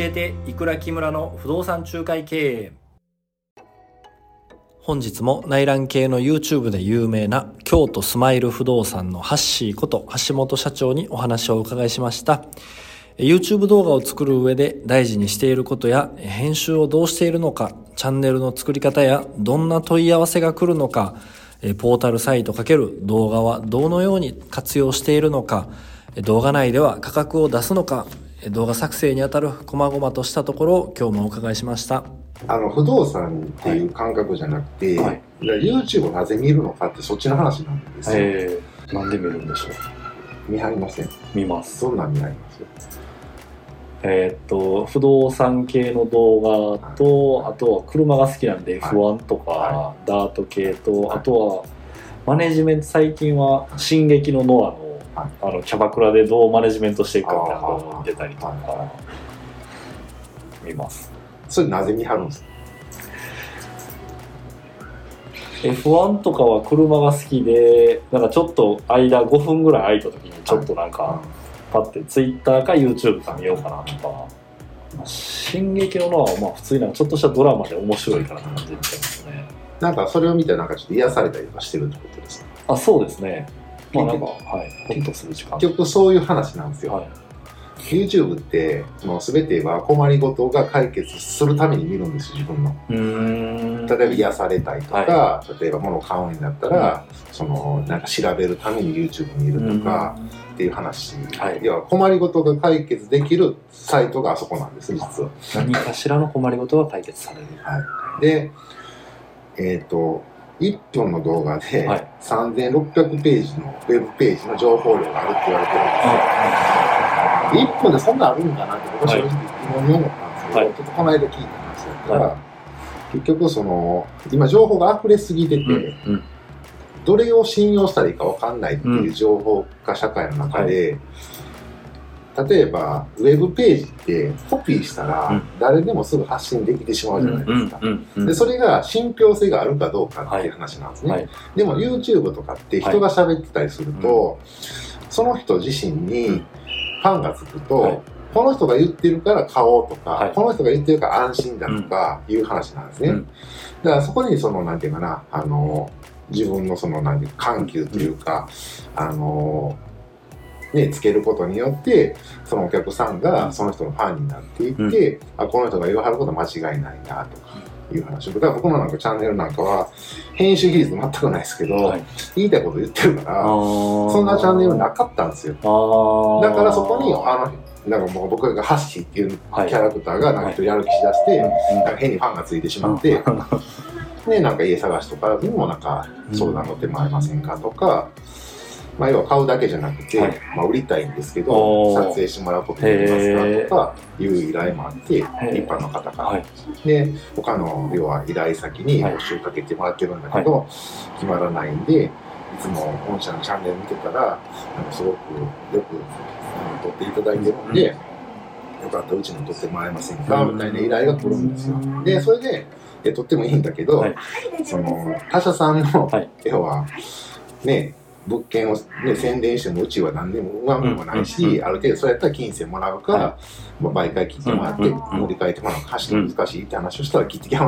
えていくら木村の不動産仲介経営。本日も内覧系の YouTube で有名な京都スマイル不動産のハッシーこと橋本社長にお話をお伺いしました。 YouTube 動画を作る上で大事にしていることや編集をどうしているのか、チャンネルの作り方やどんな問い合わせが来るのか、ポータルサイト×動画はどのように活用しているのか、動画内では価格を出すのか、動画作成にあたる細々としたところを今日もお伺いしました。 不動産っていう感覚じゃなくて、YouTube をなぜ見るのかってそっちの話なんですよ。 なんで見るんでしょう。 見張りません？ 見ます。 どんなん見張ります？ 不動産系の動画と、あとは車が好きなんで F1 とか、ダート系と、あとはマネジメント、最近は進撃のノアのキャバクラでどうマネジメントしていくかみたいなのを見てたりとか見ます。 それなぜ見張るんですか？ F1 とかは車が好きで、なんかちょっと間5分ぐらい空いた時にちょっとなんかパッて Twitter か YouTube か見ようかなとか、進撃のノアはまあ普通になんかちょっとしたドラマで面白いからって感じで見てますね。 なんかそれを見てなんかちょっと癒されたりとかしてるってことですか？ あ、そうですね。まあなんか、ホッとする時間。 結局そういう話なんですよ。YouTube ってもう全ては困りごとが解決するために見るんですよ、自分の。例えば癒されたいとか、例えば物を買うんだったら、なんか調べるために YouTube 見るとかっていう話、要は困りごとが解決できるサイトがあそこなんです、実は。 何かしらの困りごとが解決される。 で、1分の動画で3600ページのウェブページの情報量があるって言われてるんですよ。1分でそんなあるんだなって僕は正直疑問に思ったんですけど、ちょっとこの間聞いた話だったら、結局今情報が溢れすぎてて、どれを信用したらいいか分かんないっていう情報化社会の中で、例えばウェブページってコピーしたら誰でもすぐ発信できてしまうじゃないですか。でそれが信憑性があるかどうかっていう話なんですね。でも YouTube とかって人が喋ってたりすると、その人自身にファンがつくと、この人が言ってるから買おうとか、この人が言ってるから安心だとかいう話なんですね。だからそこになんていうかな、自分のなんていうか緩急というか、つけることによってそのお客さんがその人のファンになっていって、この人が言わはることは間違いないなとかいう話。だから僕のチャンネルなんかは編集技術全くないですけど、言いたいこと言ってるからそんなチャンネルなかったんですよ。だからそこになんかもう僕がハッシーっていうキャラクターがなんかやる気しだして、なんか変にファンがついてしまって、でなんか家探しとかにもなんか相談乗ってもらえませんかとか。要は買うだけじゃなくて、売りたいんですけど撮影してもらうことできますかとかいう依頼もあって、一般の方から、で他の要は依頼先に募集かけてもらってるんだけど、決まらないんで、いつも御社のチャンネル見てたらすごくよく撮っていただいてるんで、よかったらうちの撮ってもらえませんかみたいな依頼が来るんですよ。でそれで撮ってもいいんだけど、他社さんの要はね、物件を、宣伝してもうちは何でもうまくもないし、ある程度そうやったら金銭もらうか、媒介切ってもらって乗り換えてもらうか、貸して難しいって話をしたら切ってきはるん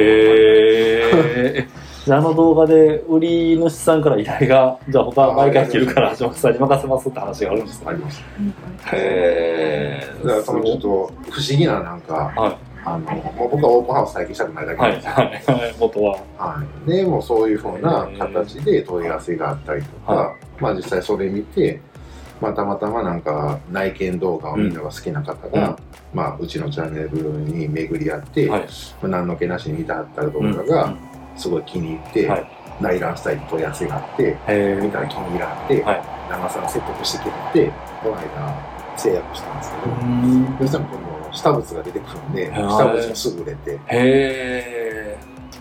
ですよ。 あの動画で売り主さんから依頼が、じゃあ他媒介切るから橋本さんに任せますって話があるんですか？ あります。だからちょっと不思議ななんか、もう僕はオープンハウス再建したくないだけなんですよ。 元は。 でもそういうふうな形で問い合わせがあったりとか、実際それ見て、たまたまなんか内見動画をみんなが好きな方が、うちのチャンネルに巡り合って、何の気なしに見たはった動画がすごい気に入って、内覧したい問い合わせがあって、見たら気に入られて、長さん説得してくれて、この間制約したんですけど、どうしても今度下物が出てくるんで、下物もすぐ売れて。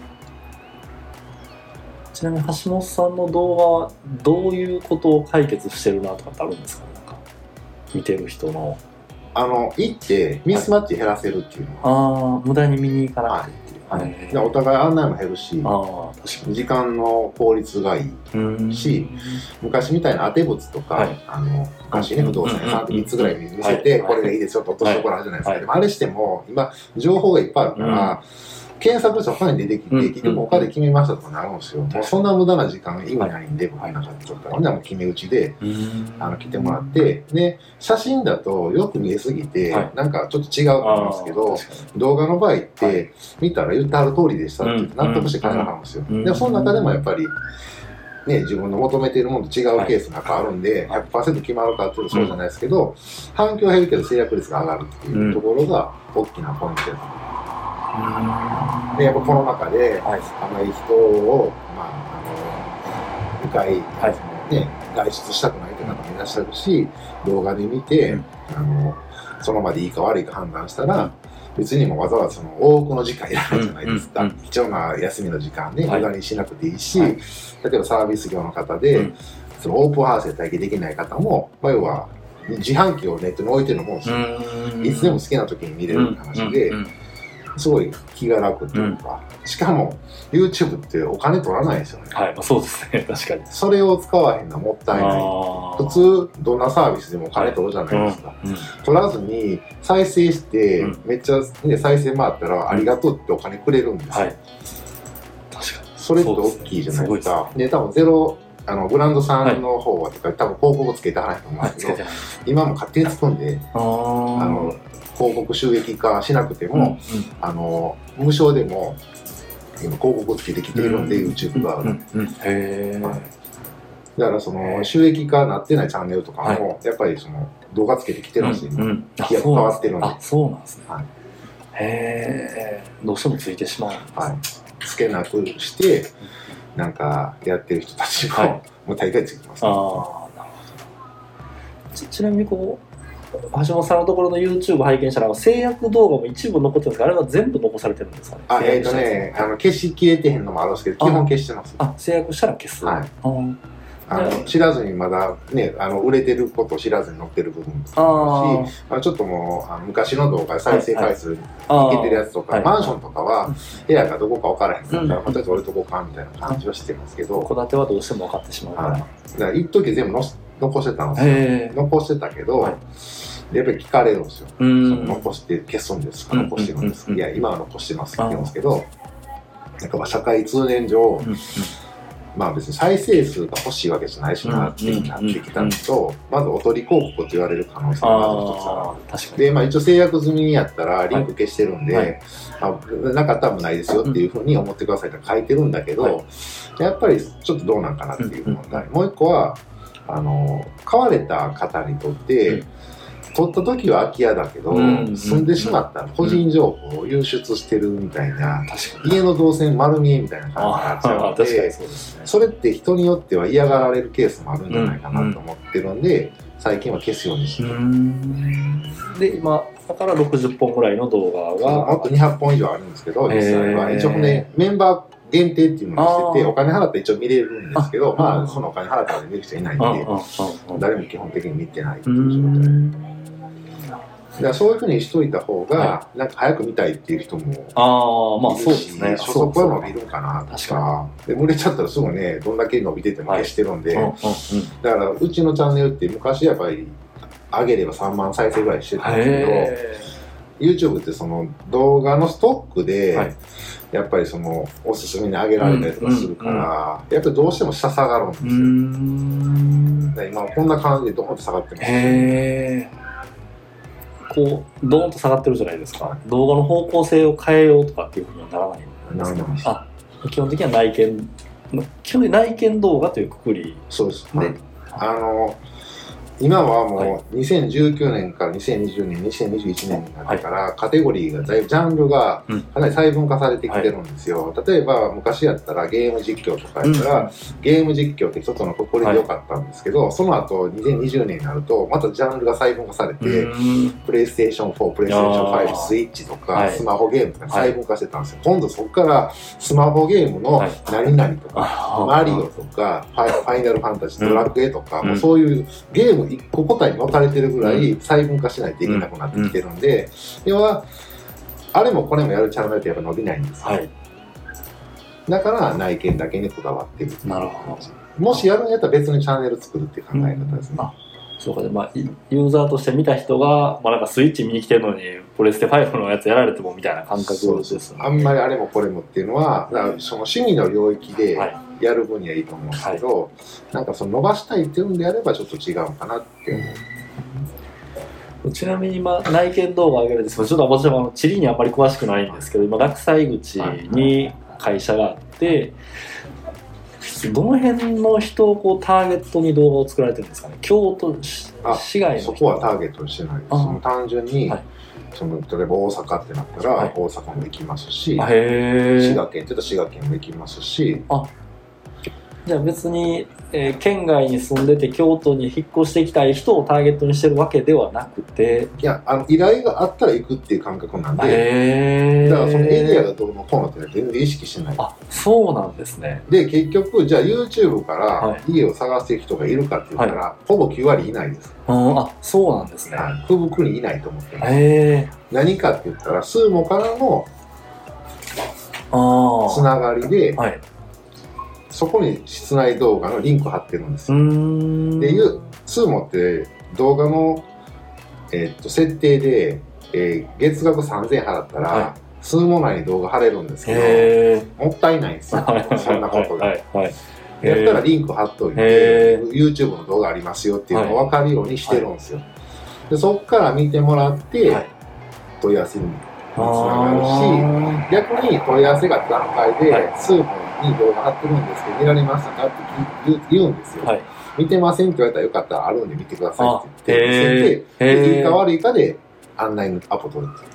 ちなみに橋本さんの動画はどういうことを解決してるなとかってあるんですかね？なんか見てる人の行ってミスマッチ減らせるっていうのは、無駄に見に行かなくてっていう。 でお互い案内も減るし、 確かに時間の効率がいいし、昔みたいな当て物とか、昔ね、不動産屋さんって3つぐらい見せて、これがいいですよと落としところあるじゃないですか。でもあれしても、今、情報がいっぱいあるから、検索したら他に出てきて、結局他で決めましたとかなるんですよ。もうそんな無駄な時間意味ないんで、僕なんかちょっと、ほんでもう決め打ちで来てもらって、で、写真だとよく見えすぎて、なんかちょっと違うと思うんですけど、動画の場合って、見たら言ってはる通りでしたって言って納得して帰らはるんですよ。でもその中でもやっぱり、ね、自分の求めているものと違うケースがやっぱあるんで、100% 決まるかっていうとそうじゃないですけど、反響は減るけど制約率が上がるっていうところが大きなポイントです。でやっぱコロナ禍で、あまり人を、2回、ね、外出したくないという方もいらっしゃるし、動画で見て、その場でいいか悪いか判断したら、別にもわざわざその多くの時間いらないじゃないですか。貴重な休みの時間ね、無駄にしなくていいし、例えばサービス業の方で、そのオープンハウスで体験できない方も、要は自販機をネットに置いてるもんですよ。いつでも好きな時に見れる話で、すごい気が楽というか、しかも YouTube ってお金取らないですよね。 そうですね、確かに。 それを使わへんのはもったいない。普通どんなサービスでもお金取るじゃないですか。取らずに再生して、めっちゃ、ね、再生回ったらありがとうってお金くれるんですよ。確かに。それって大きいじゃないですか。で、多分ゼロブランドさんの方はとか多分広告つけてはないと思うんですけど、今も勝手につくんで、広告収益化しなくても、無償でも今広告をつけてきているんで、YouTube が。だからその収益化なってないチャンネルとかも、やっぱりその動画つけてきてるんですよ。変わってるんで。 そうなんですね。どうしてもついてしまう。 つけなくして、なんかやってる人たちも、もう大概ついてます。 なるほど。ちなみにこう、橋本さんのところの YouTube 拝見したら制約動画も一部残ってるんですが、あれは全部残されてるんですかね。 消しきれてへんのもあるんですけど、基本消してます。 制約したら消す。 知らずにまだね、売れてることを知らずに載ってる部分もあるし、ちょっともう昔の動画再生回数いけてるやつとか、マンションとかは部屋がどこか分からへんから、とりあえず俺とこかみたいな感じはしてますけど、 戸建てはどうしても分かってしまうから。 だから一時全部残してたんですよ。残してたけど、やっぱり聞かれるんですよ。残して消すんですか、残してるんですか。いや、今は残してますって言ってますけど、なんか社会通念上、別に再生数が欲しいわけじゃないしなってなってきたのと、まずおとり広告と言われる可能性がまず一つある。で、一応制約済みやったらリンク消してるんで、なかったらもないですよっていうふうに思ってくださいって書いてるんだけど、やっぱりちょっとどうなんかなっていう問題。もう一個は、買われた方にとって、取った時は空き家だけど、住んでしまったら個人情報を流出してるみたいな、家の動線丸見えみたいな感じになっちゃうので、それって人によっては嫌がられるケースもあるんじゃないかなと思ってるんで、最近は消すようにしてる。 で、今、だから60本ぐらいの動画が。 もっと200本以上あるんですけど、実際は。一応ね、メンバー限定っていうのをしてて、お金払って一応見れるんですけど、そのお金払ったら見る人いないんで、誰も基本的に見てないっていう状態。だからそういうふうにしといた方が、なんか早く見たいっていう人もいるし、初速は伸びるかなとか、で、蒸れちゃったらすぐね、どんだけ伸びてても消してるんで、だからうちのチャンネルって昔やっぱり上げれば3万再生ぐらいしてたんですけど、YouTube ってその動画のストックで、やっぱりそのおすすめに上げられたりとかするから、やっぱりどうしても下下がるんですよ。今こんな感じでドーンと下がってます。 こうドーンと下がってるじゃないですか。動画の方向性を変えようとかっていうふうにはならないんですか。基本的には内見動画というくくり。 そうです。今はもう2019年から2020年、2021年になってからカテゴリーがだいぶジャンルがかなり細分化されてきてるんですよ。例えば昔やったらゲーム実況とかやったらゲーム実況って一つのくくりでよかったんですけど、その後2020年になるとまたジャンルが細分化されて、プレイステーション4、プレイステーション5、スイッチとかスマホゲームとか細分化してたんですよ。今度そこからスマホゲームの何々とかマリオとかファイナルファンタジー、ドラクエとか、もうそういうゲーム1個個体に分かれてるぐらい細分化しないといけなくなってきてるんで、要はあれもこれもやるチャンネルってやっぱ伸びないんですよ、 はい、 だから内見だけにこだわってる。 なるほど。 もしやるんやったら別にチャンネル作るっていう考え方ですね、 あ、そうか。で、まあ、ユーザーとして見た人が、まあ、なんかスイッチ見に来てるのにプレステ5のやつやられてもみたいな感覚ですね。 あんまりあれもこれもっていうのは、だからその趣味の領域でやる分にはいいと思うんですけど、なんかその伸ばしたいっていうんであればちょっと違うかなって思う。 ちなみに今内見動画上げるんですけど、ちょっと私は地理にあんまり詳しくないんですけど、今落西口に会社があって、どの辺の人をこうターゲットに動画を作られてるんですかね。京都市外の人。 そこはターゲットにしてないです。その単純に、はい、その例えば大阪ってなったら、はい、大阪も行きますし、滋賀県って言ったら滋賀県も行きますし。 じゃあ別に、県外に住んでて京都に引っ越していきたい人をターゲットにしてるわけではなくて、 いや、依頼があったら行くっていう感覚なんで、だからそのエリアがどうのこうのって全然意識してない。 あ、そうなんですね。 で結局じゃあ YouTube から家を探していく人がいるかって言ったら、はい、ほぼ9割いないです。 あ、そうなんですね。 空腹にいないと思ってます。何かって言ったらスーモからのつながりで、はい、そこに室内動画のリンク貼ってるんですよ。で、スーモって動画の、設定で、月額3000円払ったら、はい、スーモ内に動画貼れるんですけど、もったいないんですよ、そんなことが。やったらリンク貼っといて、YouTube の動画ありますよっていうのが分かるようにしてるんですよ。でそこから見てもらって、問い合わせにつながるし、逆に問い合わせが段階で、スーモに動画貼ってるんですけど見られましたかって言うんですよ、はい、見てませんって言われたらよかったらあるんで見てくださいって言っていいか悪いかで案内のアポ取るっていう。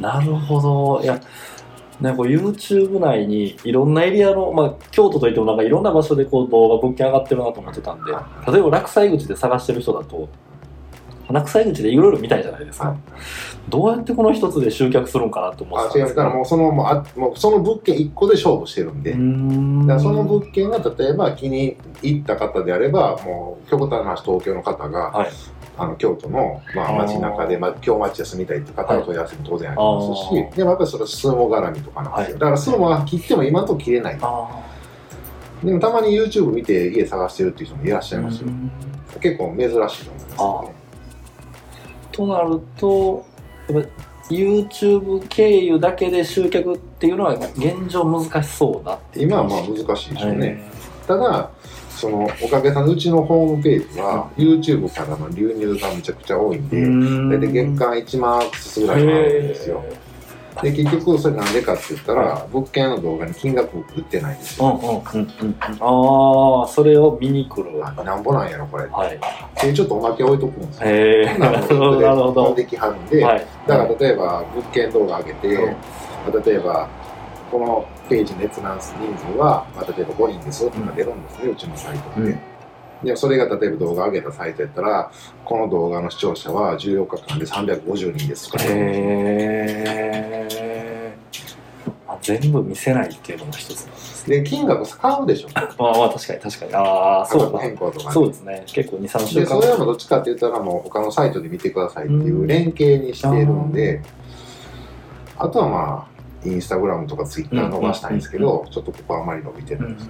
なるほど。いや、なんか YouTube 内にいろんなエリアの、まあ、京都といってもなんかいろんな場所でこう動画物件上がってるなと思ってたんで、例えば落西口で探してる人だと落西口でいろいろ見たいじゃないですか、はい、どうやってこの一つで集客するんかなと思ってたんですけど、 だからもうその物件1個で勝負してるんで、だからその物件が例えば気に入った方であれば、もう極端な話東京の方が、はい、京都の、まあ、街中で、京町で住みたいって方の問い合わせも当然ありますし、でもやっぱりそれはスーモ絡みとかなんですよ、はい、だからスーモは切っても今のところ切れない。でもたまに YouTube 見て家探してるっていう人もいらっしゃいますよ。結構珍しいと思いますね。 となると、やっぱ YouTube 経由だけで集客っていうのは現状難しそうだっていう。 今はまあ難しいでしょうね。ただそのおかげさまでうちのホームページは YouTube からの流入がめちゃくちゃ多いんで、大体月間1万アクセスぐらいもあるんですよ。で結局それなんでかって言ったら、物件の動画に金額売ってないんですよ。 ああ、それを見に来る。 なんぼなんやろこれ。 はい。 でちょっとおまけ置いとくんですよ。 なるほど。 飛んできはるんで、だから例えば物件動画上げて、例えばこのページの閲覧人数は、まあ、例えば5人ですよとか出るんですね、うちのサイトって。でそれが例えば動画上げたサイトやったら、この動画の視聴者は14日間で350人ですとか。全部見せないっていうのも一つなんですね。で金額変わるでしょ。 まあ確かに。ああ、そう変更とか、ね。 そうですね。結構2、3週間。 でそれはどっちかって言ったらもう他のサイトで見てくださいっていう連携にしているんで、あとはまあインスタグラムとかツイッター伸ばしたいんですけど、ちょっとここはあまり伸びてないです。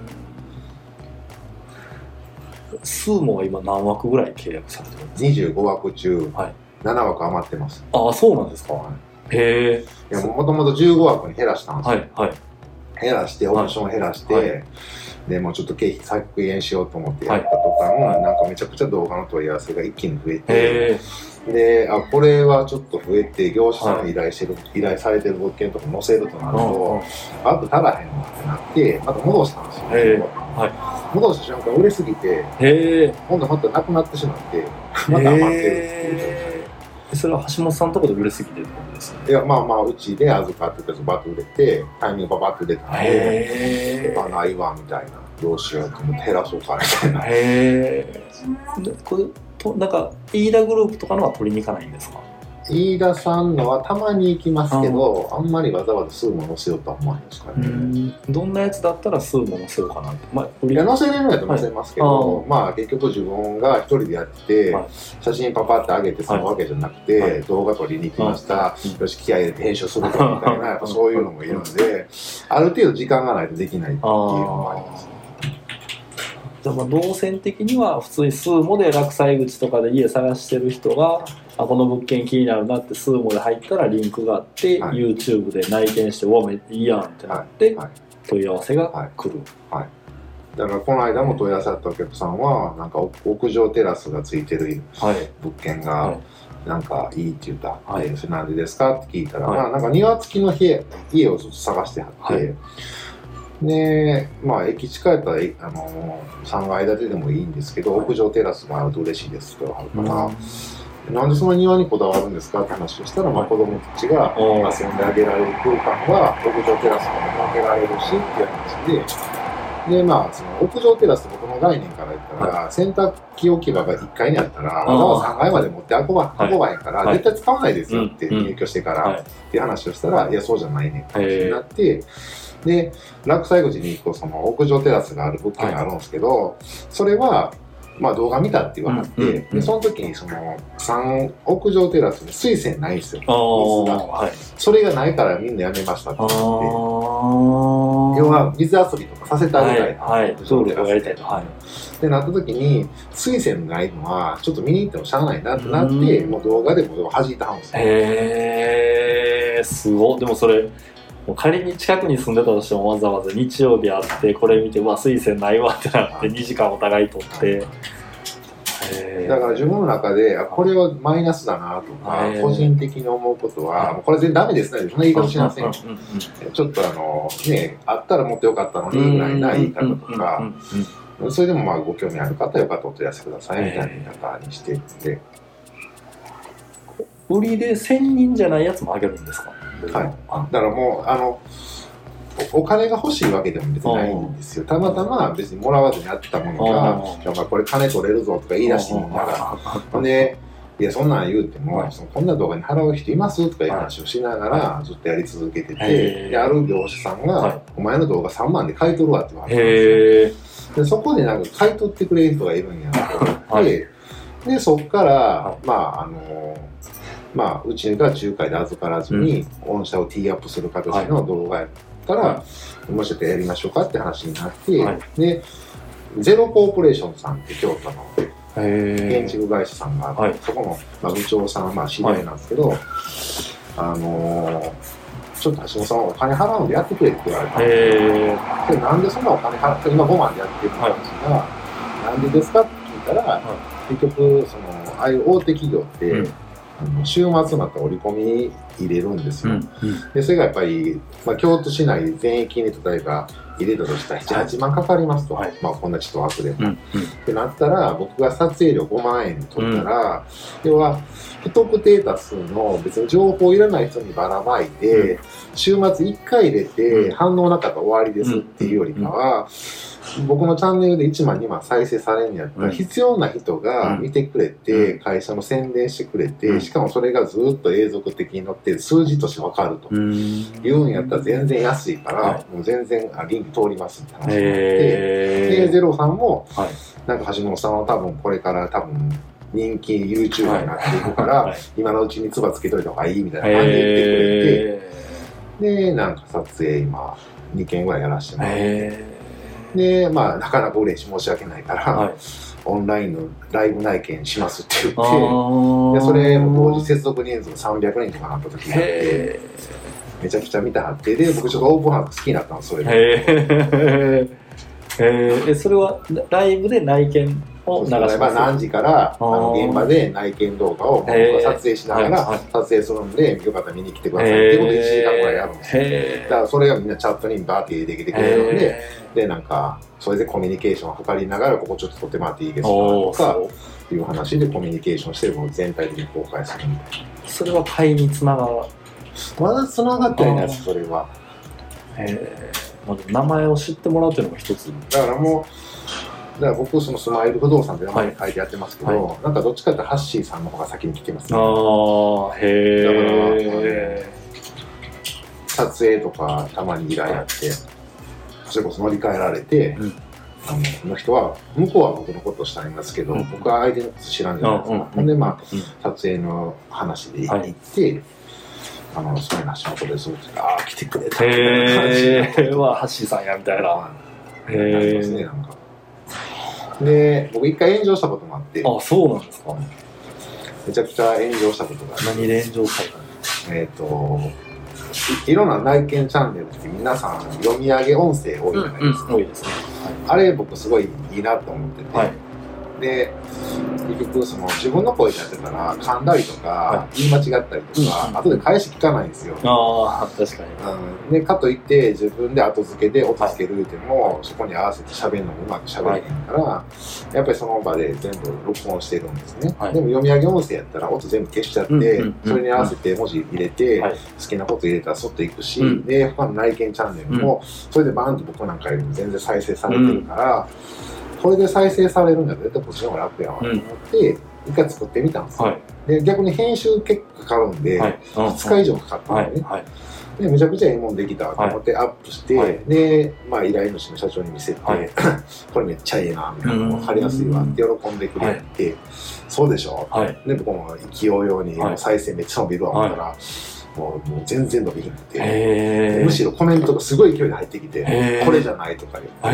スーモは今何枠ぐらい契約されてるんですか ？25枠中、はい、7枠余ってます。 ああ、そうなんですか。へえ。もともと15枠に減らしたんですよ。 はい。 減らして、オプションを減らして、でもうちょっと経費削減しようと思ってやった途端、なんかめちゃくちゃ動画の問い合わせが一気に増えて、で、これはちょっと増えて、業者さんに依頼されてる物件とか載せるとなると、あと足らへんなってなって、また戻したんですよ。戻した瞬間売れすぎて、今度またなくなってしまって、また余ってるっていう状態。 それは橋本さんのところで売れすぎてるってことですね。 いや、まあうちで預かってたやつバッと売れて、タイミングババッと売れたんで、ないわみたいな、どうしようと思って減らそうかみたいな。 これなんか飯田グループとかのは取りに行かないんですか？ 飯田さんのはたまに行きますけど、あんまりわざわざスーモ載せようとは思わないですかね。 どんなやつだったらスーモ載せようかなって。まあ、 いや載せれるんやったら載せますけど、まあ結局自分が一人でやってて、写真パパって上げてそのわけじゃなくて、動画撮りに行きました、よし気合い入れて編集するぞみたいな、やっぱそういうのもいるんで、ある程度時間がないとできないっていうのもあります。 じゃあ動線的には普通にスーモで落斎口とかで家探してる人がこの物件気になるなってスーモで入ったらリンクがあって、YouTube で内見して「うわめっちゃいいやん」ってなって問い合わせが来る。 だからこの間も問い合わせあったお客さんはなんか屋上テラスがついてる物件がなんかいいって言った、それなんでですかって聞いたら、まあなんか庭付きの家をずっと探してはって、でまあ駅近いったら3階建てでもいいんですけど、屋上テラスがあると嬉しいですと言われたから。なんでその庭にこだわるんですかって話をしたら、まあ、子供たちが遊んであげられる空間は屋上テラスも設けられるしっていう話で、まあその屋上テラスって僕の概念から言ったら、洗濯機置き場が1階にあったらわざわざ3階まで持って運ばへんから絶対使わないですよって入居してからっていう話をしたら、いやそうじゃないねって話になって。で落斎口にその屋上テラスがある物件があるんですけど、それはまあ動画見たって言われて、でその時にその屋上テラスに水栓ないんですよ、水が。それがないからみんなやめましたって言って、要は水遊びとかさせてあげたいな、屋上テラスってなった時に水栓ないのはちょっと見に行ってもしゃあないなってなって、もう動画でも弾いたはんですよ。 へえ、すごい。でもそれ仮に近くに住んでたとしてもわざわざ日曜日会ってこれ見て、うわ水栓ないわってなって2時間お互い取って、 だから自分の中でこれはマイナスだなとか個人的に思うことは、これ全然ダメですね、そんな言い方しませんよ。ちょっとねあったらもっとよかったのにぐらいな言い方とか、それでもまあご興味ある方はよかったらお問い合わせくださいみたいな言い方にしていって、 売りで1000人じゃないやつもあげるんですか？ はい、だからもうお金が欲しいわけでも別にないんですよ。たまたま別にもらわずにあったものがこれ金取れるぞとか言い出してみんながで、いやそんなん言うてもこんな動画に払う人いますとかいう話をしながらずっとやり続けてて、である業者さんが「お前の動画3万で買い取るわ」って言われたんですよ。でそこでなんか買い取ってくれる人がいるんやと思って、でそっからまあうちが仲介で預からずに御社をティーアップする形の動画やったら、もうちょっとやりましょうかって話になって、でゼロコーポレーションさんって京都の建築会社さんがあって、そこの部長さんは知り合いなんですけど、ちょっと橋本さんお金払うんでやってくれって言われたんで、なんでそんなお金払って今5万でやってるんですが、なんでですかって聞いたら、結局ああいう大手企業って週末になったら折り込み入れるんですよ。でそれがやっぱり、京都市内全域に例えば入れたとしたら7、8万かかりますと、こんなちょっと枠でも。ってなったら僕が撮影料5万円取ったら、要は不特定多数の別に情報いらない人にばらまいて、週末1回入れて反応なかったら終わりですっていうよりかは、僕のチャンネルで1万2万再生されるんやったら、必要な人が見てくれて、会社も宣伝してくれて、しかもそれがずっと永続的に載って数字として分かるというんやったら全然安いから、もう全然リンク通りますって話になって、でゼロさんもなんか橋本さんは多分これから人気 YouTuber になっていくから今のうちにつばつけといた方がいいみたいな感じで言ってくれて、でなんか撮影今2件ぐらいやらせてもらって。でなかなか嬉し申し訳ないから、オンラインのライブ内見しますって言って、でそれも同時接続人数300人とかなった時があって、めちゃくちゃ見たはって、で僕ちょっとオープンハウス好きになったのそれで。 それはライブで内見を流します。 何時から現場で内見動画を僕が撮影しながら撮影するんで、よかったら見に来てくださいっていうことで1時間ぐらいやるんですよ。だからそれがみんなチャットにバーって入れてきてくれるので、なんかそれでコミュニケーションを図りながら、ここちょっと撮ってもらっていいですかとかいう話でコミュニケーションしても全体的に公開するみたいな。 それは買いにつながる？ まだつながってないです、それは。 名前を知ってもらうというのが一つ。 だからもうだから僕そのスマイル不動産って名前に書いてやってますけど、 はなんかどっちかってハッシーさんの方が先に来てますね。 ああ、へえ。 撮影とかたまに依頼あって、それこそ乗り換えられて、の人は向こうは僕のことをしたいんですけど、僕は相手のこと知らんじゃないですか。ほんで撮影の話で行って、そういう話のことですって、ああ来てくれたみたいな感じで、 はハッシーさんやみたいな。 なりますね、なんか。で、僕一回炎上したこともあって。 あ、そうなんですか。 めちゃくちゃ炎上したことがあって。 何で炎上したの？ いろんな内見チャンネルって皆さん読み上げ音声多いじゃないですか。 多いですね。 あれ僕すごいいいなと思ってて。で、結局その自分の声でやってたら噛んだりとか言い間違ったりとか、後で返し聞かないんですよ。 ああ、確かに。 で、かといって自分で後付けで音つけるっても、そこに合わせて喋るのもうまく喋れへんから、やっぱりその場で全部録音してるんですね。でも読み上げ音声やったら音全部消しちゃって、それに合わせて文字入れて、好きなこと入れたらそっといくし、で、他の内見チャンネルも、それでバーンと僕なんかよりも全然再生されてるから、これで再生されるんだったら絶対こっちの方が楽やわと思って、一回作ってみたんですよ。で、逆に編集結構かかるんで、2日以上かかったんでね。で、めちゃくちゃいいもんできたと思ってアップして、で、依頼主の社長に見せて、これめっちゃいいな、みたいな、貼りやすいわって喜んでくれて、そうでしょ、で、僕も勢いように再生めっちゃ伸びるわ思ったら、もう全然伸びなくて、むしろコメントがすごい勢いで入ってきて、これじゃないとか言って、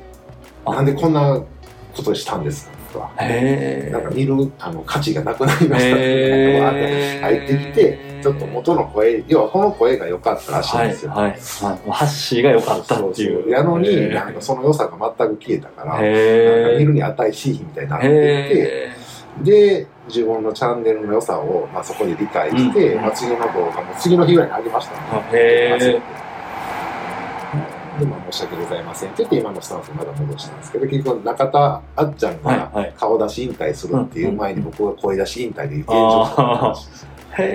なんでこんなことしたんですかとか、なんか見る価値がなくなりましたっていうのが入ってきて、ちょっと元の声、要はこの声が良かったらしいんですよ。 ハッシーが良かったっていう。 やのに、なんかその良さが全く消えたから、なんか見るに値しいみたいになっていて、で、自分のチャンネルの良さをそこで理解して、次の動画も次の日ぐらいにあげましたね。で申し訳ございませんって言って今のスタンスにまだ戻したんですけど、結局中田あっちゃんが顔出し引退するっていう前に僕が声出し引退で炎上した話です。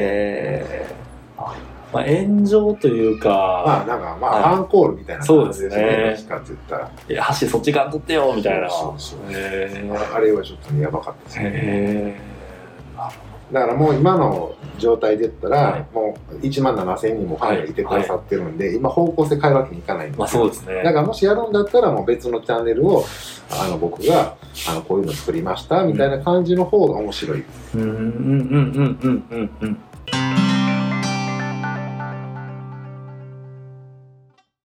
炎上というか、 アンコールみたいな感じですね。どっちかって言ったら、 いや、橋そっち側取ってよみたいな。 あれはちょっとやばかったですね。だからもう今の状態で言ったら、もう1万7000人もファンがいてくださってるんで、今方向性変えるわけにいかないんで、 そうですね。 だからもしやるんだったらもう別のチャンネルを僕がこういうの作りましたみたいな感じの方が面白い。